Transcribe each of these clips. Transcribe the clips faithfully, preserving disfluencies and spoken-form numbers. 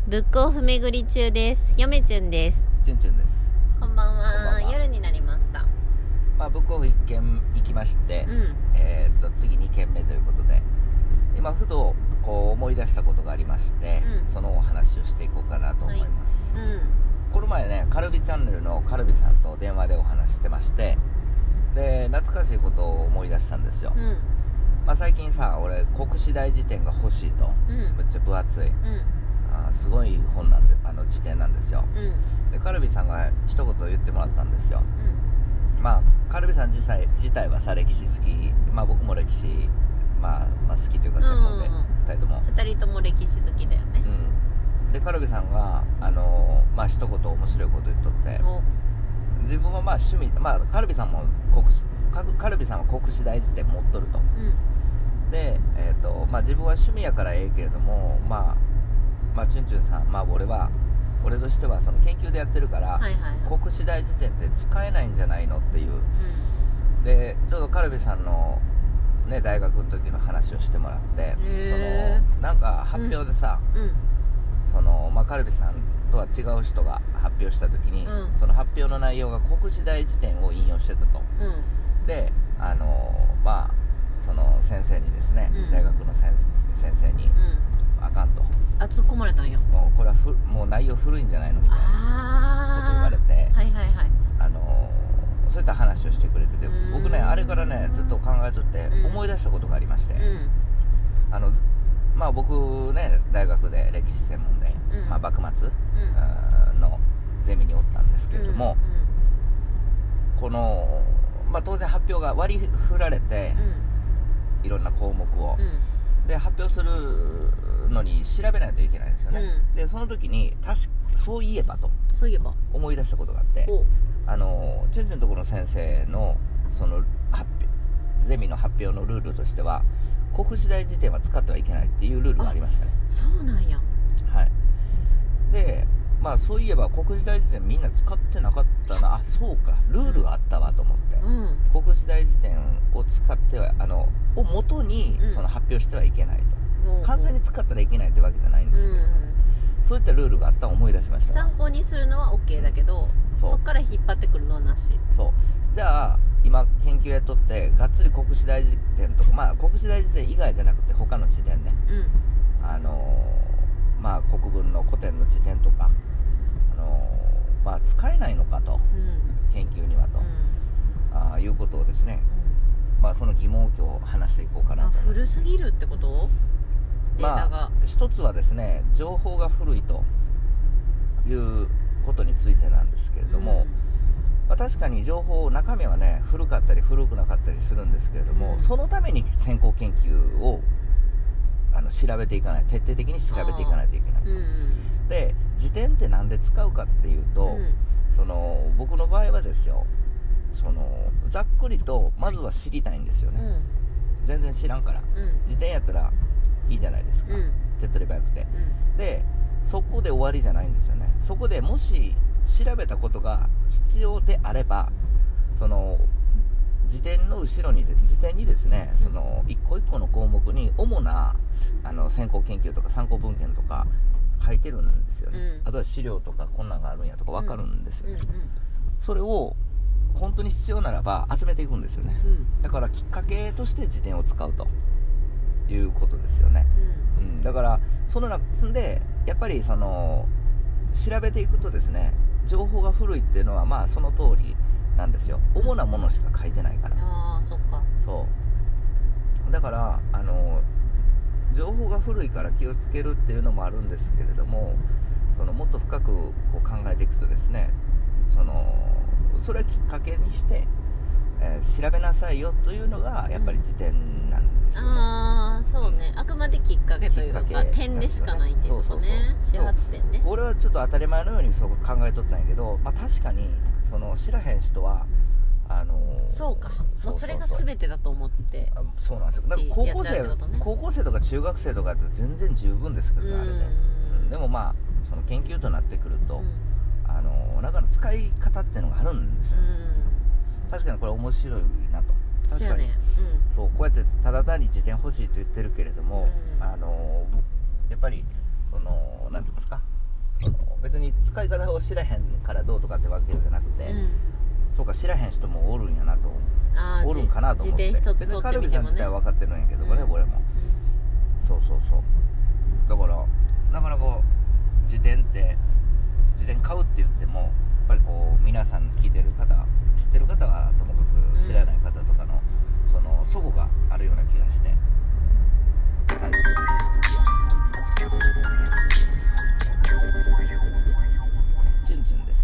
ブックオフ巡り中です。よめちゅんです。 ちゅんちゅんです。 こんばんは。 こんばんは。 夜になりました。 まあ、ブックオフいっけん行きまして、 うん、 えー、っと次にけんめということで、今ふとこう思い出したことがありまして、うん、そのお話をしていこうかなと思います、はい。うん、この前ね、カルビチャンネルのカルビさんと電話でお話してまして、で懐かしいことを思い出したんですよ。うん、まあ、最近さ、俺国史大辞典が欲しいと、うん、めっちゃ分厚い、うん、あすごい本なんで、あの辞典なんですよ。うん、でカルビさんが一言言ってもらったんですよ。うん、まあカルビさん自体自体はさ歴史好き、まあ僕も歴史、まあ、まあ好きというか専門で、うんうん、ふたりともふたりとも歴史好きだよね。 うん、でカルビさんがあのまあ一言面白いこと言っとって、自分はまあ趣味、まあカルビさんも国史カルビさんは国史大辞典持っとると。うん、で、えーとまあ、自分は趣味やからええけれども、まあまあ、チュンチュンさん、まあ、俺は俺としてはその研究でやってるから、はいはいはい、国史大辞典って使えないんじゃないのっていう、うん、でちょうどカルビさんの、ね、大学の時の話をしてもらって、そのなんか発表でさ、うんうん、そのまあ、カルビさんとは違う人が発表した時に、うん、その発表の内容が国史大辞典を引用してたと、うん、であのまあその先生にですね、うん、大学の先生に、うん、あかんと、 あ突っ込まれたんよ。 もうこれはふもう内容古いんじゃないのみたいなこと言われて、はいはいはい、あのそういった話をしてくれてて、僕ねあれからねずっと考えとって思い出したことがありまして、うん、あのまあ僕ね大学で歴史専門で、うんまあ、幕末、うん、のゼミにおったんですけれども、うんうん、この、まあ、当然発表が割り振られて、うん、いろんな項目を、うん、で発表するのに調べないといけないんですよね、うん、でその時に確かそういえばとそういえば思い出したことがあって、あのチュンチュンのところの先生のその発表ゼミの発表のルールとしては国史大辞典は使ってはいけないっていうルールがありましたね。 そうなんや。 はい。でまあそういえば国史大辞典みんな使ってなかったな、あそうかルールがあったわと思って、うん、国史大辞典を使ってはあのを元にその発表してはいけないと、うん、完全に使ったらいけないってわけじゃないんですけど、うん、そういったルールがあったのを思い出しました。 参考にするのは OK だけど、うん、そっから引っ張ってくるのはなし。 そうじゃあ今研究やっとってがっつり国史大辞典とか、まあ国史大辞典以外じゃなくて他の辞典ね、うん、あのー、まあ国文の古典の辞典とか、あのー、まあ使えないのかと、うん、研究にはと、うん、あいうことをですね、うん、まあその疑問を今日話していこうかなと。 古すぎるってこと？データが、まあ、 一つはですね情報が古いということについてなんですけれども、うんまあ、確かに情報中身はね古かったり古くなかったりするんですけれども、うん、そのために先行研究をあの調べていかない徹底的に調べていかないといけない、うん、で辞典って何で使うかっていうと、うん、その僕の場合はですよ、そのざっくりとまずは知りたいんですよね、うん、全然知らんから、辞典やったらいいじゃないですか、手っ取り早くて、でそこで終わりじゃないんですよね。そこでもし調べたことが必要であれば、その辞典の後ろに辞典にですね、その一個一個の項目に主なあの先行研究とか参考文献とか書いてるんですよね、うん、あとは資料とかこんなんがあるんやとか分かるんですよね、うんうんうん、それを本当に必要ならば集めていくんですよね、うん、だからきっかけとして辞典を使うということですよね、うんうん、だからその中でやっぱりその調べていくとですね、情報が古いっていうのはまあその通りなんですよ。主なものしか書いてないから。 ああ、そっか。 そうだからあの情報が古いから気をつけるっていうのもあるんですけれども、そのもっと深くこう考えていくとですね、そのそれはきっかけにして、えー、調べなさいよというのがやっぱり辞典なんですよね、うん、 ああそうね、あくまできっかけというか点でしかないっていうことね。始発点ね。 俺はちょっと当たり前のようにそう考えとったんやけど、まあ、確かにその知らへん人は、うん、あのー、 そうか、もうそれが全てだと思ってそうなんですよ。だから高校生、ね、高校生とか中学生とかって全然十分ですけどね、あれで、うん、でもまあその研究となってくると、うん、あのー、なんかの使い方っていうのがあるんですよ、うん、確かにこれ面白いなと。確かに、ねうん、そうこうやってただ単に辞典欲しいと言ってるけれども、うん、あのー、やっぱりそのなんていうんですか、その別に使い方を知らへんからどうとかってわけじゃなくて、うん、そうか知らへん人もおるんやなと、 あおるんかなと思って、 自転一つ取ってみてもね、 別にカルビさん自体は分かってるんやけど、うん、ねこれも、うん、そうそうそう、だからなかなか自転って自転買うって言ってもやっぱりこう皆さん聞いてる方知ってる方はともかく知らない方とかの、うん、その齟齬があるような気がして感じです。チュンチュンです。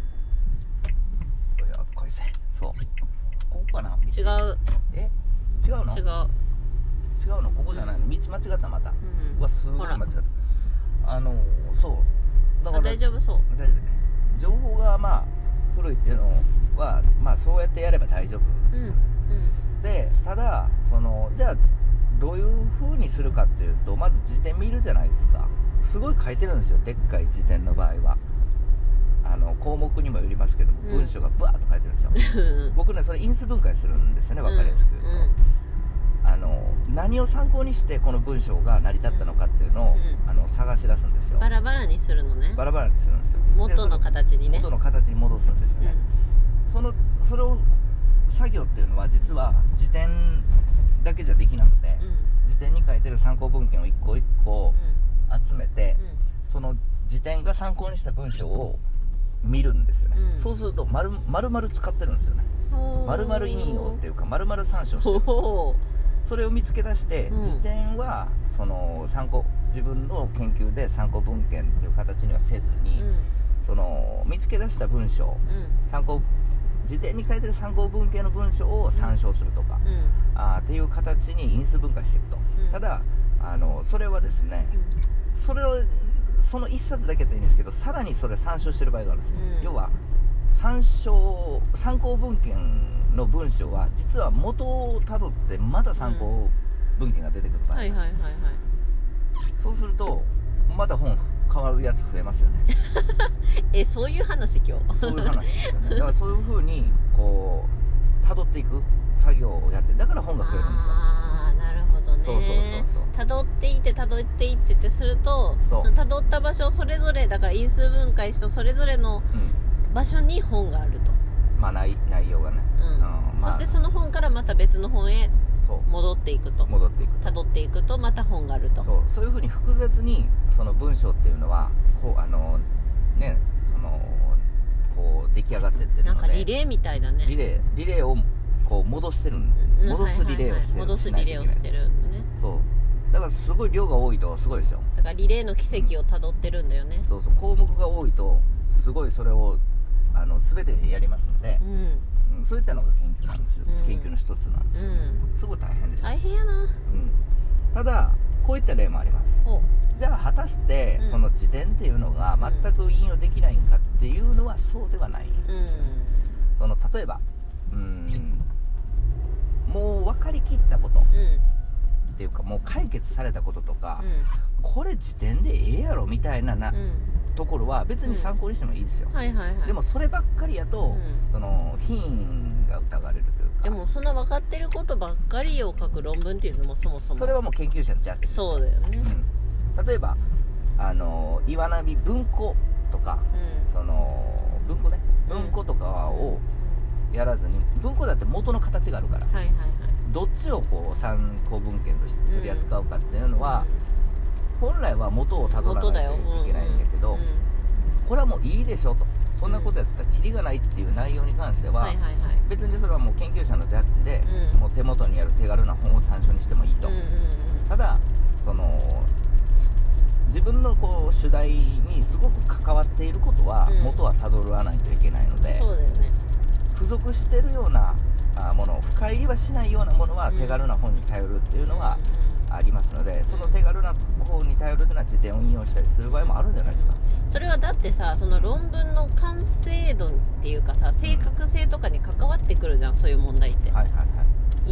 これはこいせそうここかな、 違う、 え違うの違う違うのここじゃないの、道間違ったまた、うん、うわすごい間違ったあのそうだから大丈夫そう大丈夫ね。情報がまあ古いっていうのはまあそうやってやれば大丈夫ですよね、うんうん、でただそのじゃあどういう風にするかっていうと、まず辞典見るじゃないですか。すごい書いてるんですよ、でっかい辞典の場合は。あの項目にもよりますけども、うん、文章がブワーッと書いてるんですよ僕ねそれ因数分解するんですよね、分かりやすく言うと、うんうん、あの何を参考にしてこの文章が成り立ったのかっていうのを、うん、あの探し出すんですよ。 バラバラにするのね。 バラバラにするんですよ。 元の形にね、 元の形に戻すんですよね、うん、そのそれを作業っていうのは実は辞典だけじゃできなくて、うん、辞典に書いてる参考文献を一個一個集めて、うん、その辞典が参考にした文章を見るんですよね、うん、そうすると丸々使ってるんですよね。丸々引用っていうか丸々参照してるんですよ。それを見つけ出して、うん、辞典はその参考自分の研究で参考文献っていう形にはせずに、うん、その見つけ出した文章、うん、参考辞典に書いてる参考文献の文章を参照するとか、うん、あっていう形に因数分解していくと、うん、ただあのそれはですね、うん、それをその一冊だけでいいんですけど、さらにそれ参照してる場合があるんですよ、うん、要は参照参考文献の文章は実は元をたどってまた参考文献が出てくる場合、うん、はいはいはいはい、そうするとまた本変わるやつ増えますよねえ、そういう話今日そういう話ですよね。だからそういう風にこう辿っていく作業をやって、だから本が増えるんですよ。 ああ、なるほどね。 そうそうそうそう、 辿っていって辿っていってってすると、その辿った場所をそれぞれだから因数分解したそれぞれの場所に本があると、 うん、まあ内内容がね、 うんうん、まあ、そしてその本からまた別の本へ戻っていくと戻っていく辿っていくとまた本があると、 そうそういう風に複雑にその文章っていうのはこうあのねそのこう出来上がってってるので、 なんかリレーみたいだね。 リレーリレーをこう戻してる戻すリレーをしてる、 戻すリレーをしてるね。 そうだからすごい量が多いとすごいですよ。 だからリレーの奇跡を辿ってるんだよね、うん、 そうそう、項目が多いとすごいそれをあの全てやりますんで、うんうん、そういったのが研究なんですよ、うん、研究の一つなんですよ、うん、すごい大変ですよ。 大変やな、うん、 ただこういった例もあります。じゃあ果たしてその辞典っていうのが全く引用できないんかっていうのはそうではないんですよ、うん、その例えばうーんもう分かりきったこと、うん、っていうかもう解決されたこととか、うん、これ辞典でええやろみたいなな、うん、ところは別に参考にしてもいいですよ、うん、はいはいはい、でもそればっかりやと、うん、その品が疑われるというか、 でもその分かってることばっかりを書く論文っていうのもそもそもそれはもう研究者のジャッジです。 そうだよね、 うん、例えばあの岩波文庫とか、うん、その文庫ね文庫とかをやらずに、文庫だって元の形があるから、はいはいはい、どっちをこう参考文献として取り扱うかっていうのは、うん、本来は元をたどらないといけないんだけど、うんうん、これはもういいでしょと、そんなことやってたらキリがないっていう内容に関しては、はいはいはい、別にそれはもう研究者のジャッジで、うん、もう手元にある手軽な本を参照にしてもいいと、うんうんうん、ただその自分のこう主題にすごく関わっていることは元はたどらないといけないので、うん、そうだよね、付属してるようなもの、深入りはしないようなものは手軽な本に頼るっていうのはありますので、その手軽な本に頼るというのは辞典を引用したりする場合もあるんじゃないですか。 それはだってさ、その論文の完成度っていうかさ、正確性とかに関わってくるじゃん、そういう問題って、はいはいはい、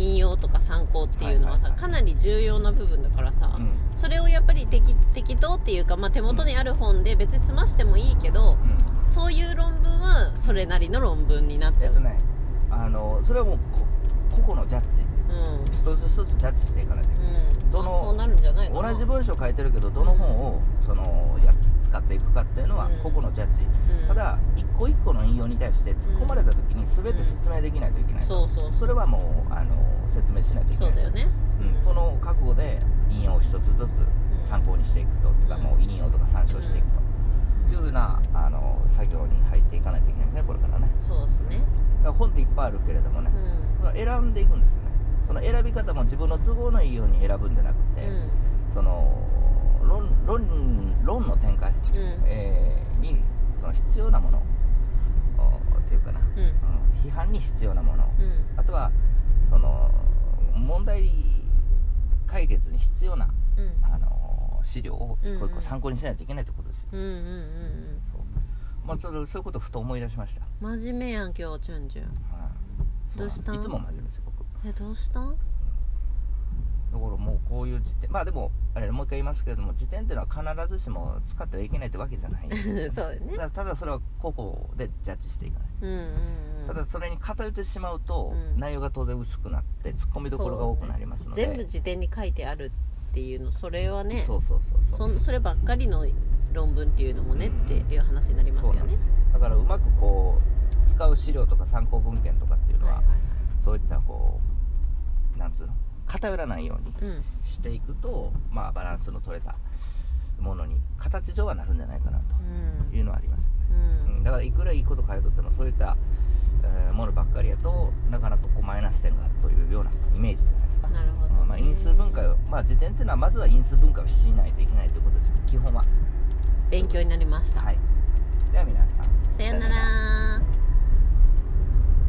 引用とか参考っていうのはさ、はいはいはい、かなり重要な部分だからさ、うん、それをやっぱり 適, 適当っていうか、まあ、手元にある本で別に済ましてもいいけど、うん、そういう論文はそれなりの論文になっちゃう、えっとね、 あのそれはもう個々のジャッジ、うん、一つ一つジャッジしていかないといけない、うんどの、 まあ、そうなるんじゃないかな。 同じ文章書いてるけどどの本をそのや使っていくかっていうのは個々のジャッジ、 うん、 ただ一個一個の引用に対して突っ込まれた時に全て説明できないといけない、うん、 そうそうそう、 それはもうあの説明しないといけない。 そうだよね、 うん、その覚悟で引用を一つずつ参考にしていくと、うん、とかもう引用とか参照していくというようなあの作業に入っていかないといけないですね、これからね。 そうですね。 だから本っていっぱいあるけれどもね、うん、選んでいくんですよね。その選び方も自分の都合のいいように選ぶんじゃなくて、うん、その 論, 論, 論の展開、うん、えー、にその必要なものっていうかな、うんうん、批判に必要なもの、うん、あとはその問題解決に必要な、うん、あの資料をこう参考にしないといけないってことですよ。うんうんうんうん、そう、まあ、それそういうことをふと思い出しました。 真面目やん今日チュンチュン、はあ、どうしたん？ いつも真面目ですよ僕。 えどうしたん？ だからもうこういう辞典、まあでもあれもう一回言いますけれども、辞典っていうのは必ずしも使ってはいけないってわけじゃないんですよ。 そうね。 だただそれは個々でジャッジしていかない、うんうんうん、ただそれに偏ってしまうと、うん、内容が当然薄くなって突っ込みどころが多くなりますので、 全部辞典に書いてあるっていうの、それはね、 そうそうそうそう、 そ, そればっかりの論文っていうのもね、うん、っていう話になりますよね。 だからうまくこう使う資料とか参考文献とかっていうのは、はいはいはい、そういったこうなんつうの偏らないようにしていくと、うん、まあバランスの取れたものに形上はなるんじゃないかなというのはありますよね、うんうん、だからいくらいいこと書いとってもそういった、えー、ものばっかりやとなかなかこうマイナス点があるというようなイメージじゃないですか。 なるほど、ね、 うん、まあ、因数分解を、まあ、辞典っていうのはまずは因数分解をしないといけないということですよ、基本は。 勉強になりました。 はい、では皆さんさよなら。